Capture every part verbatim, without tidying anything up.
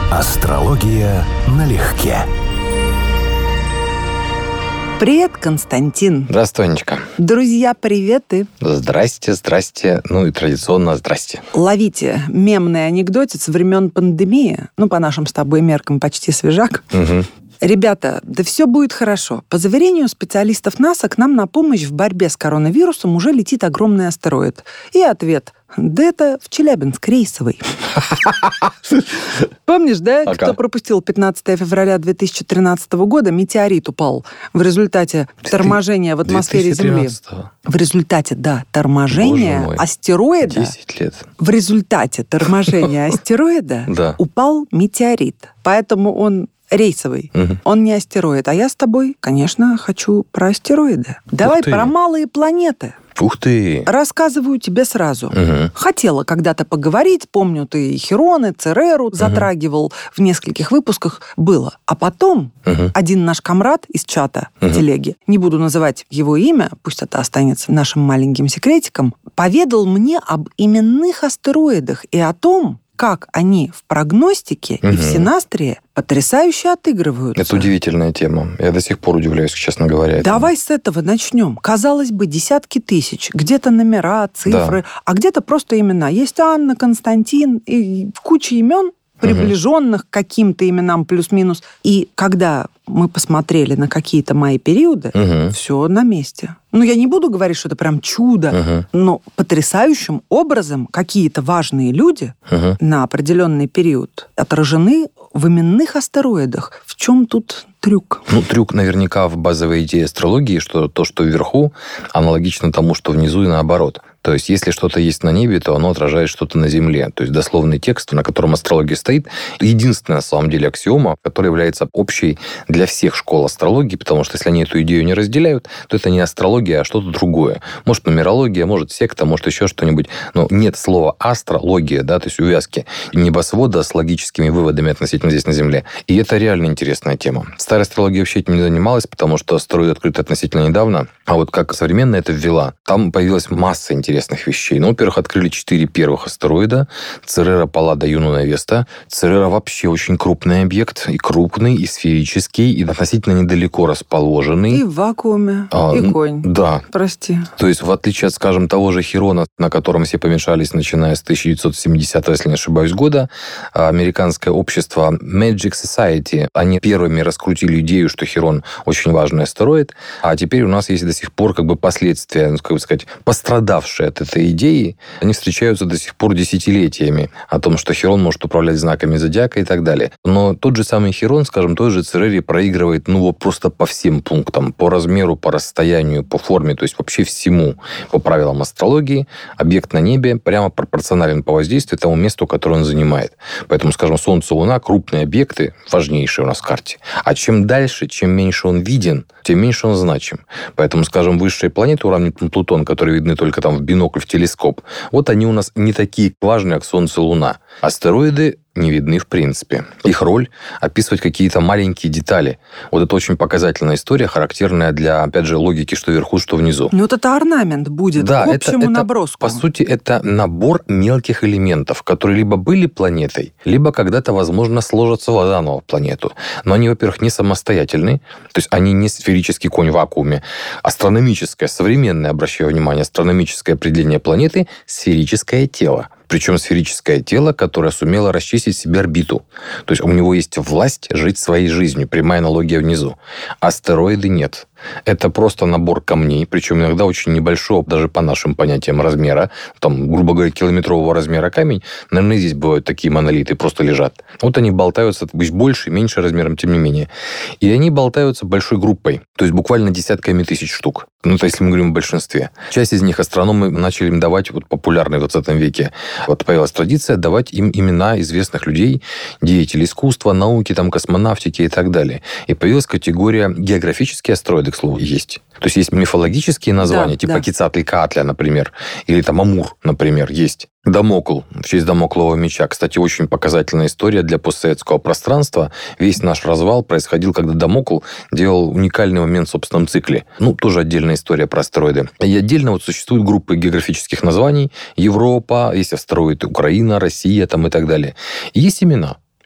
Астрология налегке. Привет, Константин. Здравствуй, Анечка. Друзья, приветы. Здрасте, здрасте. Ну и традиционно здрасте. Ловите мемный анекдотец времен пандемии. Ну, по нашим с тобой меркам почти свежак. Угу. Ребята, да все будет хорошо. По заверению специалистов НАСА, к нам на помощь в борьбе с коронавирусом уже летит огромный астероид. И ответ: да это в Челябинск рейсовый. Помнишь, да, ага. кто пропустил пятнадцатого февраля две тысячи тринадцатого года, метеорит упал в результате торможения в атмосфере Земли. В результате, да, торможения астероида. десять лет. В результате торможения астероида упал метеорит. Поэтому он рейсовый. Угу. Он не астероид. А я с тобой, конечно, хочу про астероиды. Давай про малые планеты. Ух ты! Рассказываю тебе сразу. Угу. Хотела когда-то поговорить, помню, ты Хироны, Цереру угу. затрагивал в нескольких выпусках. Было. А потом угу. один наш комрад из чата угу. в телеге, не буду называть его имя, пусть это останется нашим маленьким секретиком, поведал мне об именных астероидах и о том, как они в прогностике угу. и в синастрии потрясающе отыгрываются. Это удивительная тема. Я до сих пор удивляюсь, честно говоря. Давай этому. С этого начнем. Казалось бы, десятки тысяч. Где-то номера, цифры, да. а где-то просто имена. Есть Анна, Константин и куча имен, приближенных к каким-то именам плюс-минус. И когда мы посмотрели на какие-то мои периоды, угу. все на месте. Ну, я не буду говорить, что это прям чудо, угу. но потрясающим образом какие-то важные люди угу. на определенный период отражены в именных астероидах. В чем тут трюк? Ну, трюк наверняка в базовой идее астрологии, что то, что вверху, аналогично тому, что внизу, и наоборот. То есть, если что-то есть на небе, то оно отражает что-то на Земле. То есть, дословный текст, на котором астрология стоит, единственная, на самом деле, аксиома, которая является общей для всех школ астрологии, потому что если они эту идею не разделяют, то это не астрология, а что-то другое. Может, нумерология, может, секта, может, еще что-нибудь. Но нет слова астрология, да, то есть увязки небосвода с логическими выводами относительно здесь на Земле. И это реально интересная тема. Старая астрология вообще этим не занималась, потому что астероид открыт относительно недавно. А вот как современная это ввела, там появилась масса интересных вещей. Ну, во-первых, открыли четыре первых астероида. Церера, Паллада, Юнона, Веста. Церера вообще очень крупный объект. И крупный, и сферический, и относительно недалеко расположенный. И в вакууме, а, и конь. Да. Прости. То есть, в отличие от, скажем, того же Хирона, на котором все помешались, начиная с тысяча девятьсот семидесятого, если не ошибаюсь, года, американское общество Magic Society, они первыми раскрутили идею, что Хирон очень важный астероид, а теперь у нас есть до сих пор как бы последствия, ну, как бы сказать, пострадавшие от этой идеи. Они встречаются до сих пор десятилетиями о том, что Хирон может управлять знаками зодиака и так далее. Но тот же самый Хирон, скажем, той же Церере проигрывает, ну, просто по всем пунктам, по размеру, по расстоянию, по форме, то есть вообще всему по правилам астрологии. Объект на небе прямо пропорционален по воздействию тому месту, которое он занимает. Поэтому, скажем, Солнце, Луна — крупные объекты, важнейшие у нас в карте. А чем дальше, чем меньше он виден, тем меньше он значим. Поэтому, скажем, высшие планеты, Уран, Нептун, Плутон, которые видны только там в бинокль, в телескоп, вот они у нас не такие важные, как Солнце, Луна. Астероиды не видны в принципе. Их роль – описывать какие-то маленькие детали. Вот это очень показательная история, характерная для, опять же, логики, что вверху, что внизу. Ну, вот это орнамент будет да, к общему это, это, наброску. По сути, это набор мелких элементов, которые либо были планетой, либо когда-то, возможно, сложатся заново в планету. Но они, во-первых, не самостоятельны, то есть они не сферический конь в вакууме. Астрономическое, современное, обращаю внимание, астрономическое определение планеты – сферическое тело. Причем сферическое тело, которое сумело расчистить себе орбиту. То есть у него есть власть жить своей жизнью. Прямая аналогия внизу. Астероиды нет. Это просто набор камней, причем иногда очень небольшого, даже по нашим понятиям, размера. Там, грубо говоря, километрового размера камень. Наверное, здесь бывают такие монолиты, просто лежат. Вот они болтаются, пусть больше, меньше размером, тем не менее. И они болтаются большой группой. То есть буквально десятками тысяч штук. Ну, это если мы говорим о большинстве. Часть из них астрономы начали им давать, вот популярные в двадцатом веке, вот появилась традиция давать им имена известных людей, деятелей искусства, науки, там, космонавтики и так далее. И появилась категория географические астероиды, к слову, есть. То есть есть мифологические названия, да, типа да. Кицатль-Каатля, например, или там Амур, например, есть. Дамокл, в честь Дамоклового меча. Кстати, очень показательная история для постсоветского пространства. Весь наш развал происходил, когда Дамокл делал уникальный момент в собственном цикле. Ну, тоже отдельная история про астероиды. И отдельно вот существуют группы географических названий. Европа, есть астероиды Украина, Россия там и так далее. И есть имена.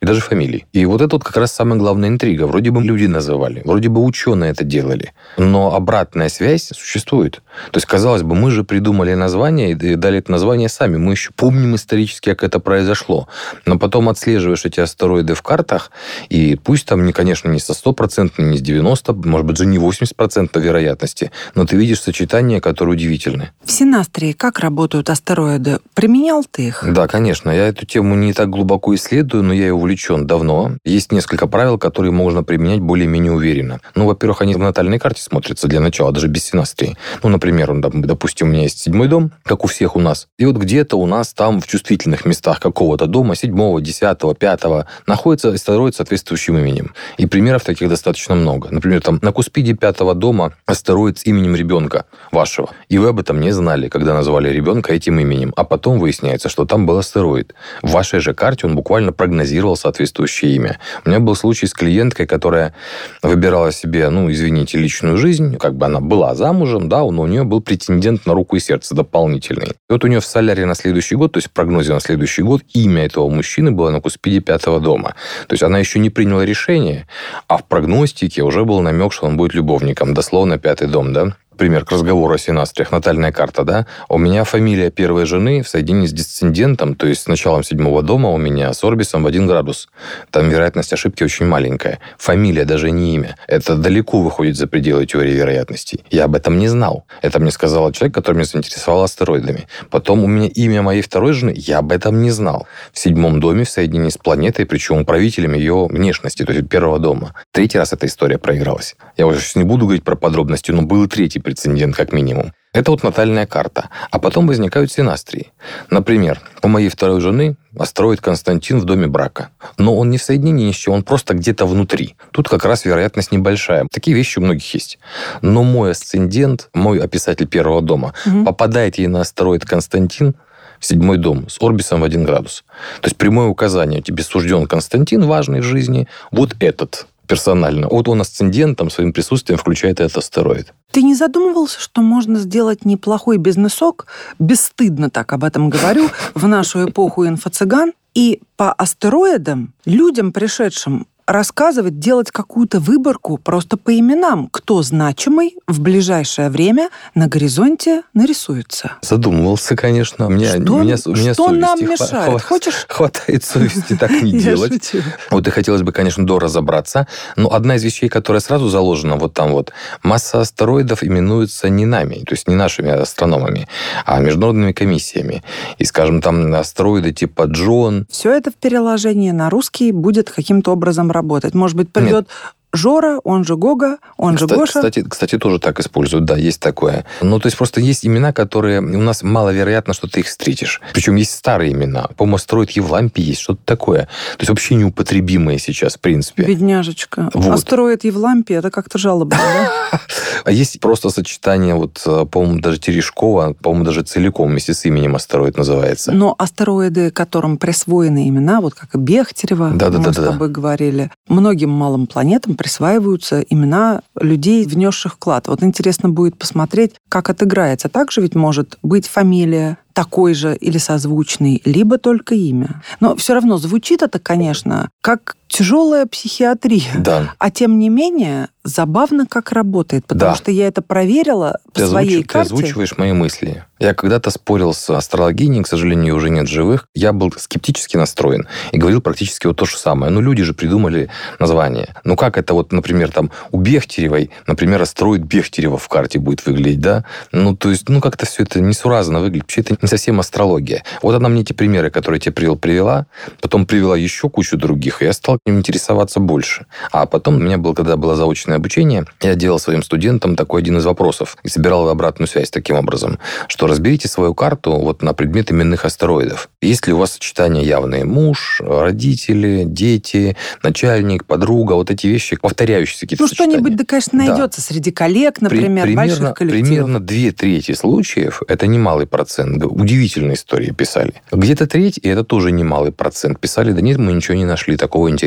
и даже фамилий. И вот это вот как раз самая главная интрига. Вроде бы люди называли, вроде бы ученые это делали, но обратная связь существует. То есть, казалось бы, мы же придумали название и дали это название сами. Мы еще помним исторически, как это произошло. Но потом отслеживаешь эти астероиды в картах, и пусть там, не, конечно, не со сто процентов, не с девяносто процентов, может быть, же не восемьдесят процентов вероятности, но ты видишь сочетания, которые удивительны. В Синастрии как работают астероиды? Применял ты их? Да, конечно. Я эту тему не так глубоко исследую, но я и увлечен давно. Есть несколько правил, которые можно применять более-менее уверенно. Ну, во-первых, они в натальной карте смотрятся для начала, даже без Синастрии. Ну, например, допустим, у меня есть седьмой дом, как у всех у нас. И вот где-то у нас там в чувствительных местах какого-то дома, седьмого, десятого, пятого, находится астероид с соответствующим именем. И примеров таких достаточно много. Например, там на Куспиде пятого дома астероид с именем ребенка вашего. И вы об этом не знали, когда назвали ребенка этим именем. А потом выясняется, что там был астероид. В вашей же карте он буквально прогнозировал соответствующее имя. У меня был случай с клиенткой, которая выбирала себе, ну, извините, личную жизнь. Как бы она была замужем, да, но у нее был претендент на руку и сердце дополнительный. И вот у нее в соляре на следующий год, то есть в прогнозе на следующий год, имя этого мужчины было на Куспиде пятого дома. То есть она еще не приняла решение, а в прогностике уже был намек, что он будет любовником. Дословно пятый дом, да? Пример к разговору о Синастриях. Натальная карта, да? У меня фамилия первой жены в соединении с десцендентом, то есть с началом седьмого дома у меня с орбисом в один градус. Там вероятность ошибки очень маленькая. Фамилия, даже не имя. Это далеко выходит за пределы теории вероятностей. Я об этом не знал. Это мне сказал человек, который меня заинтересовал астероидами. Потом у меня имя моей второй жены, я об этом не знал. В седьмом доме в соединении с планетой, причем управителем ее внешности, то есть первого дома. Третий раз эта история проигралась. Я уже сейчас не буду говорить про подробности, но был и третий прецедент как минимум. Это вот натальная карта. А потом возникают синастрии. Например, у моей второй жены астероид Константин в доме брака. Но он не в соединении ни с чем, он просто где-то внутри. Тут как раз вероятность небольшая. Такие вещи у многих есть. Но мой асцендент, мой описатель первого дома, угу. попадает ей на астероид Константин в седьмой дом с орбисом в один градус. То есть прямое указание: тебе сужден Константин, важный в жизни, вот этот персонально. Вот он асцендентом своим присутствием включает этот астероид. Ты не задумывался, что можно сделать неплохой бизнесок, бесстыдно так об этом говорю, в нашу эпоху инфо-цыган, и по астероидам людям, пришедшим, рассказывать, делать какую-то выборку просто по именам, кто значимый в ближайшее время на горизонте нарисуется. Задумывался, конечно. Меня, что меня, что меня нам мешает? Хва- Хочешь? Хватает совести так не делать. Вот и хотелось бы, конечно, доразобраться. Но одна из вещей, которая сразу заложена вот там вот, масса астероидов именуется не нами, то есть не нашими астрономами, а международными комиссиями. И, скажем, там астероиды типа Джон. Все это в переложении на русский будет каким-то образом работать. Может быть, придет... Нет. Жора, он же Гога, он кстати, же Гоша. Кстати, кстати, тоже так используют, да, есть такое. Ну, то есть просто есть имена, которые у нас маловероятно, что ты их встретишь. Причем есть старые имена. По-моему, астероид Евлампий есть, что-то такое. То есть вообще неупотребимые сейчас, в принципе. Бедняжечка. Вот. Астероид Евлампий, это как-то жалобно, да? А есть просто сочетание, вот, по-моему, даже Терешкова, по-моему, даже целиком вместе с именем астероид называется. Но астероиды, которым присвоены имена, вот как и Бехтерева, да, да, мы да, с да, тобой говорили, многим малым планетам присваиваются имена людей, внесших вклад. Вот интересно будет посмотреть, как отыграется. Также ведь может быть фамилия такой же или созвучный, либо только имя. Но все равно звучит это, конечно, как тяжелая психиатрия. Да. А тем не менее, забавно, как работает. Потому да. что я это проверила по ты своей озвучив, карте. Ты озвучиваешь мои мысли. Я когда-то спорил с астрологиней, к сожалению, уже нет живых. Я был скептически настроен и говорил практически вот то же самое. Ну, люди же придумали название. Ну, как это вот, например, там у Бехтеревой, например, астероид Бехтерева в карте будет выглядеть, да? Ну, то есть, ну, как-то все это несуразно выглядит. Вообще, это не совсем астрология. Вот она мне эти примеры, которые я тебе привел, привела, потом привела еще кучу других, и я стал к ним интересоваться больше. А потом у меня было, когда было заочное обучение, я делал своим студентам такой один из вопросов и собирал обратную связь таким образом, что разберите свою карту вот на предмет именных астероидов. Есть ли у вас сочетания явные? Муж, родители, дети, начальник, подруга, вот эти вещи, повторяющиеся какие-то ну, сочетания. что-нибудь, да, конечно, найдется да. среди коллег, например, При, примерно, больших коллективов. Примерно две трети случаев, это немалый процент, удивительные истории писали. Где-то треть, и это тоже немалый процент, писали, да нет, мы ничего не нашли такого интересного.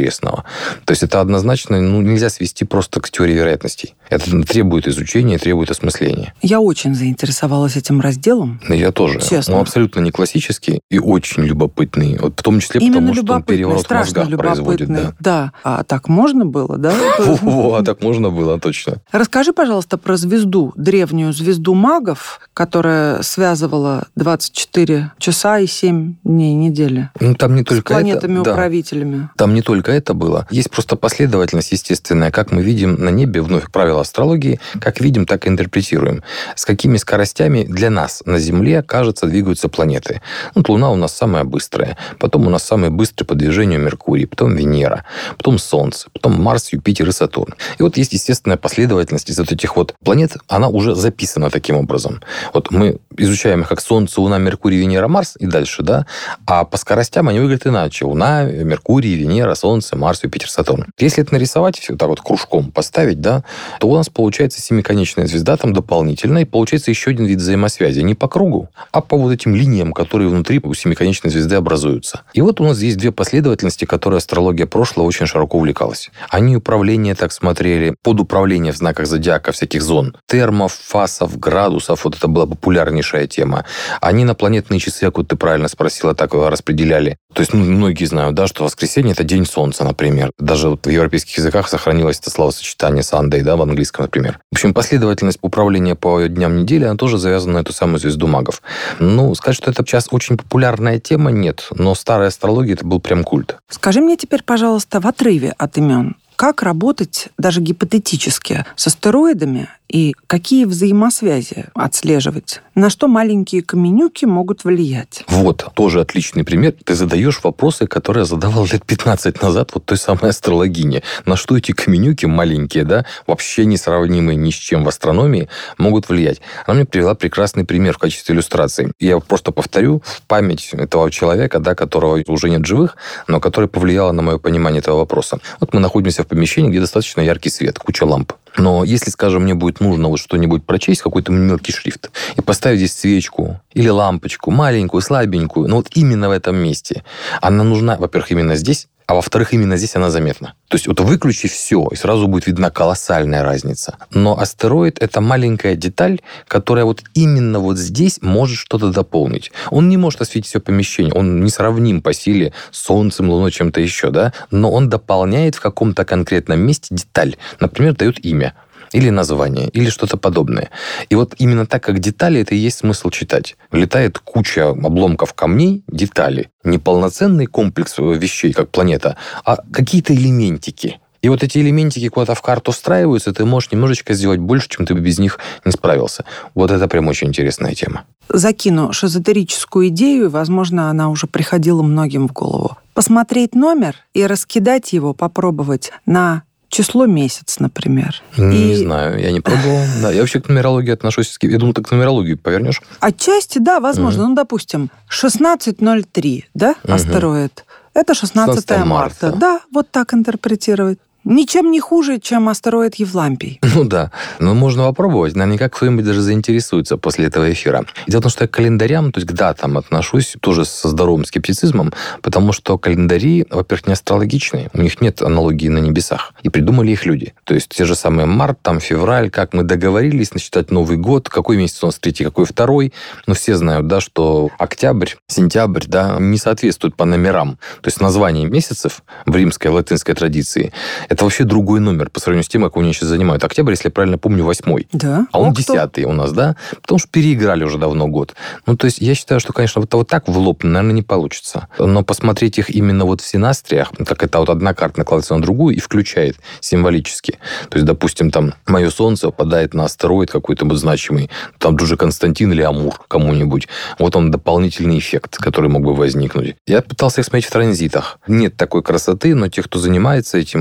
интересного. То есть это однозначно ну, нельзя свести просто к теории вероятностей. Это требует изучения, требует осмысления. Я очень заинтересовалась этим разделом. Я тоже. Честно. Он абсолютно не классический и очень любопытный. Вот в том числе Именно потому, что он переворот в мозгах производит. Да. да. А так можно было, да? О, а так можно было, точно. Расскажи, пожалуйста, про звезду, древнюю звезду магов, которая связывала двадцать четыре часа и семь дней недели. Ну, там не только с планетами-управителями. Да. Там не только это было. Есть просто последовательность естественная, как мы видим на небе, вновь правила астрологии, как видим, так и интерпретируем. С какими скоростями для нас на Земле, кажется, двигаются планеты. Ну, вот Луна у нас самая быстрая. Потом у нас самый быстрый по движению Меркурий, потом Венера, потом Солнце, потом Марс, Юпитер и Сатурн. И вот есть естественная последовательность из вот этих вот планет, она уже записана таким образом. Вот мы изучаем их как Солнце, Луна, Меркурий, Венера, Марс и дальше, да, а по скоростям они выглядят иначе. Луна, Меркурий, Венера, Солнце, Марс, Юпитер, Сатурн. Если это нарисовать, все так вот кружком поставить, да, то у нас получается семиконечная звезда там дополнительно, и получается еще один вид взаимосвязи. Не по кругу, а по вот этим линиям, которые внутри у семиконечной звезды образуются. И вот у нас есть две последовательности, которые астрология прошлого очень широко увлекалась. Они управление так смотрели, под управление в знаках зодиака всяких зон. Термов, фасов, градусов, вот это была популярнейшая тема. Они на планетные часы, как вот ты правильно спросила, так распределяли. То есть ну, многие знают, да, что воскресенье – это день солнца, например. Даже вот в европейских языках сохранилось это словосочетание Sunday, да, в английском, например. В общем, последовательность управления по дням недели, она тоже завязана на эту самую звезду магов. Ну, сказать, что это сейчас очень популярная тема, нет. Но старая астрология – это был прям культ. Скажи мне теперь, пожалуйста, в отрыве от имен, как работать даже гипотетически с астероидами и какие взаимосвязи отслеживать? На что маленькие каменюки могут влиять? Вот, тоже отличный пример. Ты задаешь вопросы, которые я задавал лет пятнадцать назад вот той самой астрологине. На что эти каменюки маленькие, да, вообще несравнимые ни с чем в астрономии, могут влиять? Она мне привела прекрасный пример в качестве иллюстрации. Я просто повторю в память этого человека, да, которого уже нет живых, но который повлиял на мое понимание этого вопроса. Вот мы находимся в помещении, где достаточно яркий свет, куча ламп. Но если, скажем, мне будет нужно вот что-нибудь прочесть, какой-то мелкий шрифт, и поставить здесь свечку или лампочку, маленькую, слабенькую, но вот именно в этом месте, она нужна, во-первых, именно здесь, а во-вторых, именно здесь она заметна. То есть вот выключи все, и сразу будет видна колоссальная разница. Но астероид – это маленькая деталь, которая вот именно вот здесь может что-то дополнить. Он не может осветить все помещение, он не сравним по силе с Солнцем, Луной, чем-то еще, да? Но он дополняет в каком-то конкретном месте деталь. Например, дает имя. Или название, или что-то подобное. И вот именно так, как детали, это и есть смысл читать. Влетает куча обломков камней, детали. Не полноценный комплекс вещей, как планета, а какие-то элементики. И вот эти элементики куда-то в карту встраиваются, ты можешь немножечко сделать больше, чем ты бы без них не справился. Вот это прям очень интересная тема. Закину шизотерическую идею, и, возможно, она уже приходила многим в голову. Посмотреть номер и раскидать его, попробовать на число месяц, например. Не и... знаю, я не пробовал. Да, я вообще к нумерологии отношусь. Я думаю, ты к нумерологии повернешь? Отчасти, да, возможно. Угу. Ну, допустим, шестнадцать ноль три, да, угу. Астероид. Это шестнадцатое марта. Да, вот так интерпретировать. Ничем не хуже, чем астероид Евлампий. Ну да. Но можно попробовать. Наверняка кто-нибудь даже заинтересуется после этого эфира. Дело в том, что я к календарям, то есть к датам отношусь тоже со здоровым скептицизмом, потому что календари, во-первых, не астрологичные. У них нет аналогии на небесах. И придумали их люди. То есть те же самые март, там, февраль, как мы договорились насчитать Новый год, какой месяц у нас третий, какой второй. Но все знают, да, что октябрь, сентябрь, да, не соответствуют по номерам. То есть название месяцев в римской, в латинской традиции это вообще другой номер по сравнению с тем, как у меня сейчас занимают. Октябрь, если я правильно помню, восьмой. Да. А он десятый у нас, да? Потому что переиграли уже давно год. Ну, то есть я считаю, что, конечно, вот, вот так в лоб, наверное, не получится. Но посмотреть их именно вот в синастриях, как это вот одна карта накладывается на другую и включает символически. То есть, допустим, там мое Солнце попадает на астероид какой-то вот значимый, там тот же Константин или Амур кому-нибудь. Вот он дополнительный эффект, который мог бы возникнуть. Я пытался их смотреть в транзитах. Нет такой красоты, но те, кто занимается этим, описывают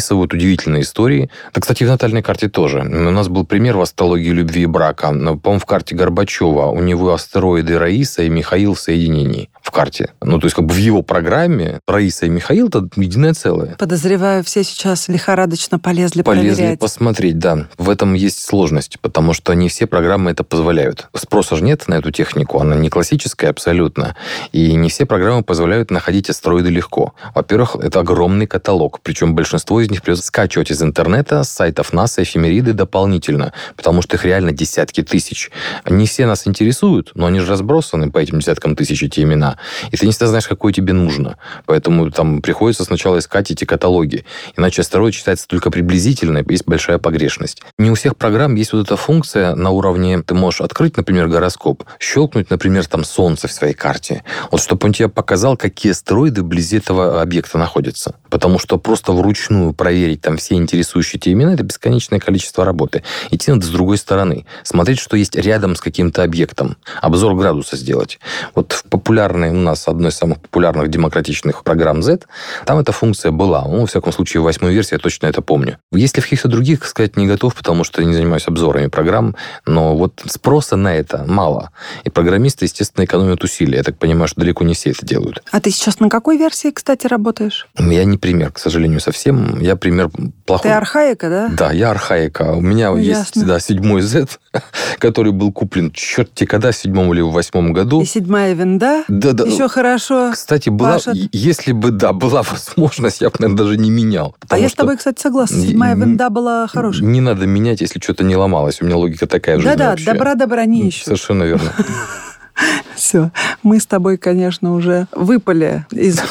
описывают удивительные истории. Да, кстати, в натальной карте тоже. У нас был пример в астрологии любви и брака. По-моему, в карте Горбачева у него астероиды Раиса и Михаил в соединении в карте. Ну, то есть, как бы в его программе Раиса и Михаил – это единое целое. Подозреваю, все сейчас лихорадочно полезли, полезли проверять. посмотреть, да. В этом есть сложность, потому что не все программы это позволяют. Спроса же нет на эту технику, она не классическая абсолютно. И не все программы позволяют находить астероиды легко. Во-первых, это огромный каталог, причем большинство из них придется скачивать из интернета, с сайтов НАСА, эфемериды дополнительно, потому что их реально десятки тысяч. Не все нас интересуют, но они же разбросаны по этим десяткам тысяч, эти имена. И ты не всегда знаешь, какое тебе нужно. Поэтому там приходится сначала искать эти каталоги. Иначе астероид считается только приблизительно, есть большая погрешность. Не у всех программ есть вот эта функция на уровне, ты можешь открыть, например, гороскоп, щелкнуть, например, там Солнце в своей карте. Вот чтобы он тебе показал, какие астероиды вблизи этого объекта находятся. Потому что просто вручную проверить там все интересующие тебя имена, это бесконечное количество работы. Идти надо с другой стороны. Смотреть, что есть рядом с каким-то объектом. Обзор градуса сделать. Вот в популярной у нас, одной из самых популярных демократичных программ Z, там эта функция была. Ну, во всяком случае, в восьмой версии я точно это помню. Если в каких-то других, сказать, не готов, потому что я не занимаюсь обзорами программ, но вот спроса на это мало. И программисты, естественно, экономят усилия. Я так понимаю, что далеко не все это делают. А ты сейчас на какой версии, кстати, работаешь? Я не пример, к сожалению, совсем. Я пример плохой. Ты архаика, да? Да, я архаика. У меня Ясно. есть, да, седьмой Z, который был куплен, черт-те когда, в седьмом или в восьмом году. И седьмая винда? Да, да. Еще хорошо. Кстати, была, пашет. если бы, да, была возможность, я бы, наверное, даже не менял. А я с тобой, кстати, согласна. Седьмая винда была хорошая. Не надо менять, если что-то не ломалось. У меня логика такая в жизни Да-да, вообще. добра добра не ищут. Совершенно верно. Все. Мы с тобой, конечно, уже выпали из...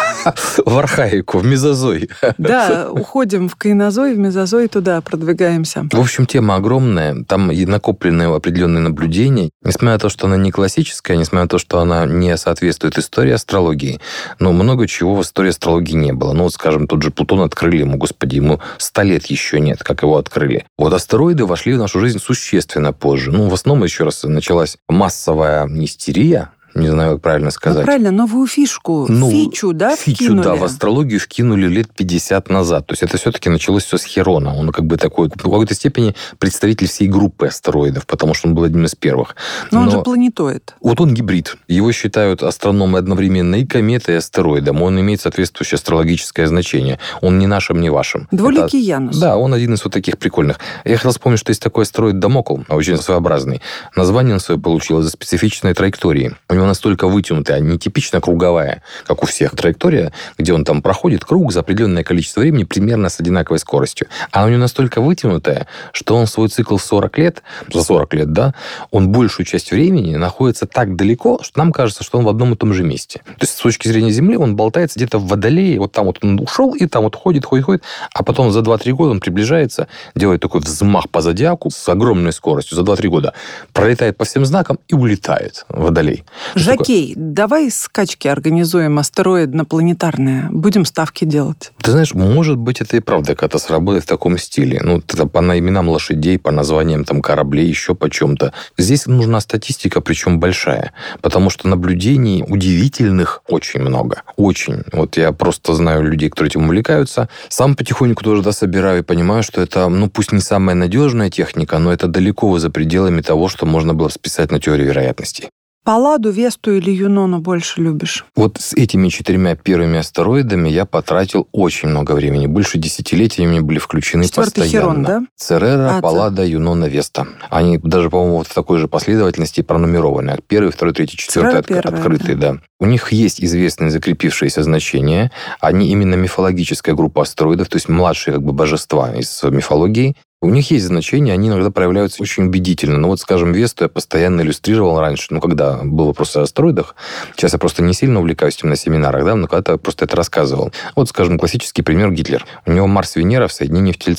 В архаику, в мезозой. Да, уходим в кайнозой, в мезозой, туда продвигаемся. В общем, тема огромная. Там и накопленные определенные наблюдения. Несмотря на то, что она не классическая, несмотря на то, что она не соответствует истории астрологии, но много чего в истории астрологии не было. Ну, вот, скажем, тот же Плутон открыли ему, господи, ему сто лет еще нет, как его открыли. Вот астероиды вошли в нашу жизнь существенно позже. Ну, в основном, еще раз, началась массовая истерия, не знаю, как правильно сказать. Ну, правильно, новую фишку, ну, фичу, да, фичу, вкинули? да, в астрологию вкинули лет пятьдесят назад. То есть это все-таки началось все с Хирона. Он как бы такой, в какой-то степени представитель всей группы астероидов, потому что он был одним из первых. Но, Но он же планетоид. Вот он гибрид. Его считают астрономы одновременно и кометой, и астероидом. Он имеет соответствующее астрологическое значение. Он не нашим, не вашим. Двуликий это... Янус. Да, он один из вот таких прикольных. Я хотел вспомнить, что есть такой астероид Дамокл, очень своеобразный. Название он свое получил из-за специфичной траектории. У него настолько вытянутая, не типично круговая, как у всех, траектория, где он там проходит круг за определенное количество времени примерно с одинаковой скоростью. А у него настолько вытянутая, что он свой цикл в сорок лет, за сорок лет, да, он большую часть времени находится так далеко, что нам кажется, что он в одном и том же месте. То есть, с точки зрения Земли, он болтается где-то в Водолее, вот там вот он ушел, и там вот ходит, ходит, ходит, а потом за два-три года он приближается, делает такой взмах по зодиаку с огромной скоростью за два-три года, пролетает по всем знакам и улетает в Водолей. Жакей, давай скачки организуем астероидно-планетарные. Будем ставки делать. Ты знаешь, может быть, это и правда как-то сработает в таком стиле. Ну, это по именам лошадей, по названиям там кораблей, еще по чем-то. Здесь нужна статистика, причем большая. Потому что наблюдений удивительных очень много. Очень. Вот я просто знаю людей, которые этим увлекаются. Сам потихоньку тоже, да, собираю и понимаю, что это, ну, пусть не самая надежная техника, но это далеко за пределами того, что можно было списать на теорию вероятностей. Палладу, Весту или Юнону больше любишь? Вот с этими четырьмя первыми астероидами я потратил очень много времени. Больше десятилетий они были включены Четвертый постоянно. Хирон, да? Церера, а, Паллада, ц... Юнона, Веста. Они даже, по-моему, вот в такой же последовательности пронумерованы. Первый, второй, третий, четвертый от... первая, открытые, да. да. У них есть известные закрепившиеся значения. Они именно мифологическая группа астероидов, то есть младшие как бы божества из мифологии. У них есть значения, они иногда проявляются очень убедительно. Ну вот, скажем, Весту я постоянно иллюстрировал раньше, ну, когда был вопрос о астероидах. Сейчас я просто не сильно увлекаюсь этим на семинарах, да, но когда-то просто это рассказывал. Вот, скажем, классический пример Гитлер. У него Марс-Венера в соединении в Тельце.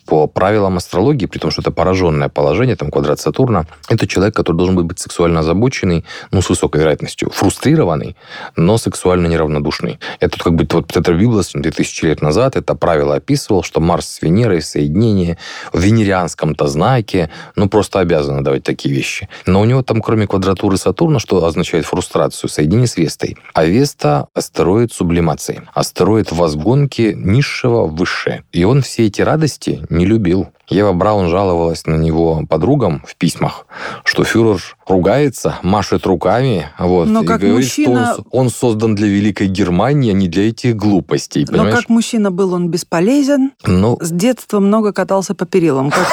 По правилам астрологии, при том, что это пораженное положение, там квадрат Сатурна, это человек, который должен быть сексуально озабоченный, ну, с высокой вероятностью, фрустрированный, но сексуально неравнодушный. Это как бы вот Петр Виблас две тысячи лет назад это правило описывал, что Марс с Венерой, соединение в венерианском-то знаке, ну, просто обязаны давать такие вещи. Но у него там, кроме квадратуры Сатурна, что означает фрустрацию, соединение с Вестой. А Веста — астероид сублимации, астероид возгонки низшего в высшее. И он все эти радости не любил. Ева Браун жаловалась на него подругам в письмах, что фюрер ругается, машет руками, вот, Но и как говорит, мужчина... что он, он создан для Великой Германии, а не для этих глупостей. Понимаешь? Но как мужчина был он бесполезен. Ну... С детства много катался по перилам. Как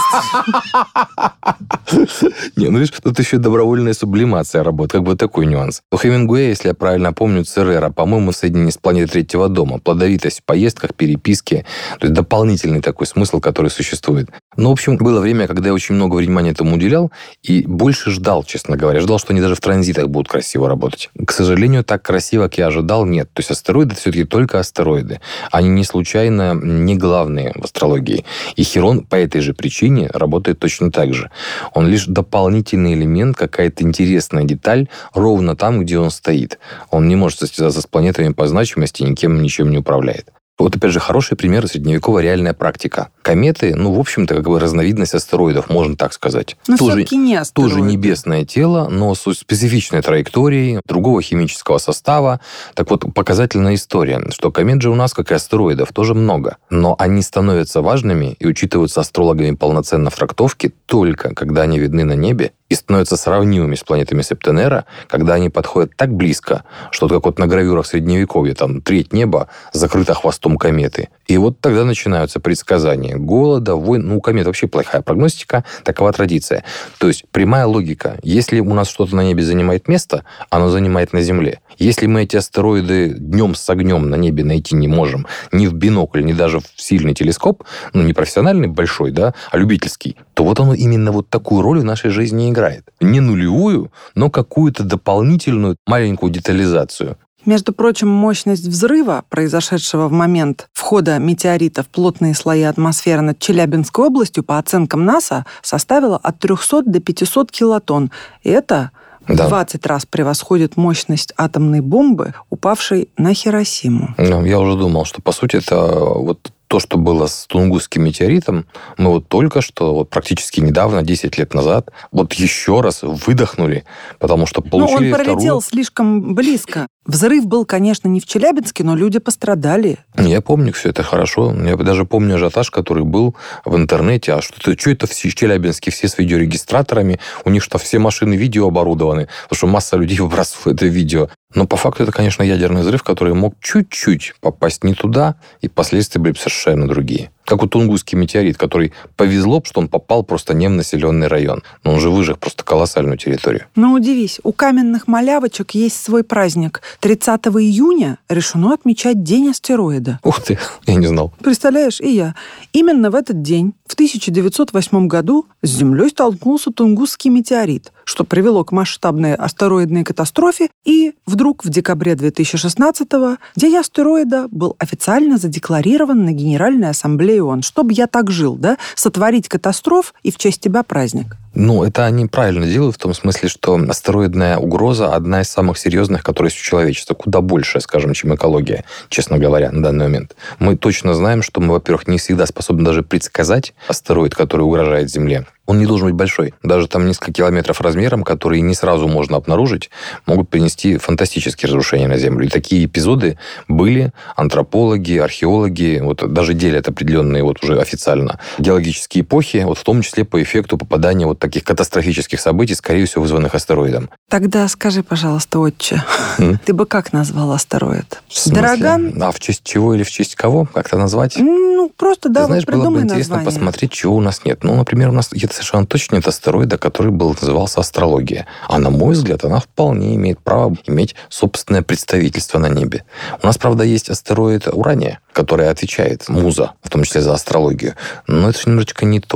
там был? Не, ну видишь, тут еще добровольная сублимация работает, как бы такой нюанс. У Хемингуэя, если я правильно помню, Церера, по-моему, соединение с планетой третьего дома, плодовитость в поездках, переписке, то есть дополнительный такой смысл, который существует. Ну, в общем, было время, когда я очень много внимания этому уделял и больше ждал, честно говоря. Ждал, что они даже в транзитах будут красиво работать. К сожалению, так красиво, как я ожидал, нет. То есть астероиды все-таки только астероиды. Они не случайно не главные в астрологии. И Хирон по этой же причине работает точно так же. Он лишь дополнительный элемент, какая-то интересная деталь ровно там, где он стоит. Он не может состязаться с планетами по значимости, никем ничем не управляет. Вот, опять же, хороший пример — средневековая реальная практика. Кометы, ну, в общем-то, как бы разновидность астероидов, можно так сказать. Но тоже, не тоже небесное тело, но с специфичной траекторией, другого химического состава. Так вот, показательная история, что комет же у нас, как и астероидов, тоже много. Но они становятся важными и учитываются астрологами полноценно в трактовке только когда они видны на небе и становятся сравнимыми с планетами Септенера, когда они подходят так близко, что как вот на гравюрах Средневековья, там треть неба закрыта хвостом кометы. И вот тогда начинаются предсказания голода, войн. Ну, у комет вообще плохая прогностика, такова традиция. То есть прямая логика. Если у нас что-то на небе занимает место, оно занимает на Земле. Если мы эти астероиды днем с огнем на небе найти не можем, ни в бинокль, ни даже в сильный телескоп, ну, не профессиональный большой, да, а любительский, то вот оно именно вот такую роль в нашей жизни играет. Не нулевую, но какую-то дополнительную маленькую детализацию. Между прочим, мощность взрыва, произошедшего в момент входа метеорита в плотные слои атмосферы над Челябинской областью, по оценкам НАСА, составила от трехсот до пятисот килотонн. И это да. двадцать раз превосходит мощность атомной бомбы, упавшей на Хиросиму. Ну, я уже думал, что, по сути, это вот то, что было с Тунгусским метеоритом, мы вот только что, вот практически недавно, десять лет назад, вот еще раз выдохнули, потому что получили Ну, он пролетел вторую... слишком близко. Взрыв был, конечно, не в Челябинске, но люди пострадали. Я помню все это хорошо. Я даже помню ажиотаж, который был в интернете. А что-то, что это все в Челябинске, все с видеорегистраторами, у них что, все машины видео оборудованы, потому что масса людей выбрасывает это видео. Но по факту это, конечно, ядерный взрыв, который мог чуть-чуть попасть не туда, и последствия были совершенно другие. Как у Тунгусский метеорит, который повезло, что он попал просто не в населенный район. Но он же выжег просто колоссальную территорию. Ну, удивись, у каменных малявочек есть свой праздник. тридцатого июня решено отмечать День астероида. Ух ты, я не знал. Представляешь, и я. Именно в этот день, в тысяча девятьсот восьмом году, с Землей столкнулся Тунгусский метеорит, что привело к масштабной астероидной катастрофе, и вдруг в декабре две тысячи шестнадцатого День астероида был официально задекларирован на Генеральной ассамблее ООН. Чтобы я так жил, да? Сотворить катастроф и в честь тебя праздник. Ну, это они правильно делают в том смысле, что астероидная угроза одна из самых серьезных, которая есть у человечества. Куда больше, скажем, чем экология, честно говоря, на данный момент. Мы точно знаем, что мы, во-первых, не всегда способны даже предсказать астероид, который угрожает Земле. Он не должен быть большой. Даже там несколько километров размером, которые не сразу можно обнаружить, могут принести фантастические разрушения на Землю. И такие эпизоды были. Антропологи, археологи вот даже делят определенные вот уже официально геологические эпохи, вот в том числе по эффекту попадания вот таких катастрофических событий, скорее всего, вызванных астероидом. Тогда скажи, пожалуйста, отче, mm? ты бы как назвал астероид? Дороган? А в честь чего или в честь кого? Как-то назвать? Ну, просто, да, ты знаешь, вот придумай было бы интересно название. Посмотреть, чего у нас нет. Ну, например, у нас это совершенно точно нет астероида, который был назывался астрология. А на мой взгляд, она вполне имеет право иметь собственное представительство на небе. У нас, правда, есть астероид Урания, который отвечает, муза, в том числе за астрологию. Но это немножечко не то.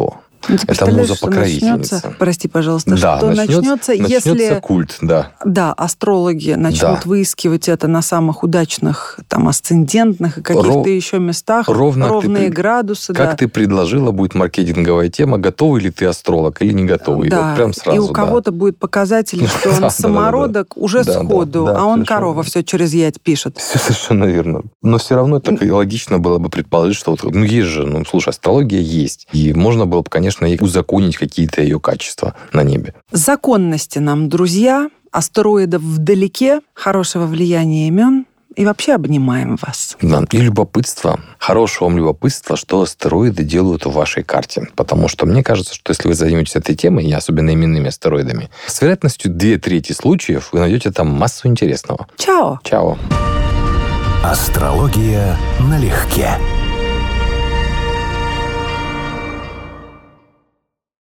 Ну, это муза-покровительница. Начнется, прости, пожалуйста, да, что начнется, начнется, начнется если... культ, да. Да, астрологи начнут да. выискивать это на самых удачных, там, асцендентных и каких-то Ров... еще местах. Ровно ровные ты... градусы. Как да. ты предложила, будет маркетинговая тема, готовый ли ты астролог или не готовый. Да, вот прям сразу, и у да. кого-то будет показатель, что он самородок уже сходу, а он корова, все через ять пишет. Все совершенно верно. Но все равно так логично было бы предположить, что вот, ну, есть же, ну, слушай, астрология есть. И можно было бы, конечно, и узаконить какие-то ее качества на небе. Законности нам, друзья, астероидов вдалеке, хорошего влияния имен. И вообще обнимаем вас. Да, и любопытство. Хорошего вам любопытства, что астероиды делают в вашей карте. Потому что мне кажется, что если вы займетесь этой темой, и особенно именными астероидами, с вероятностью две трети случаев вы найдете там массу интересного. Чао. Чао. Астрология налегке.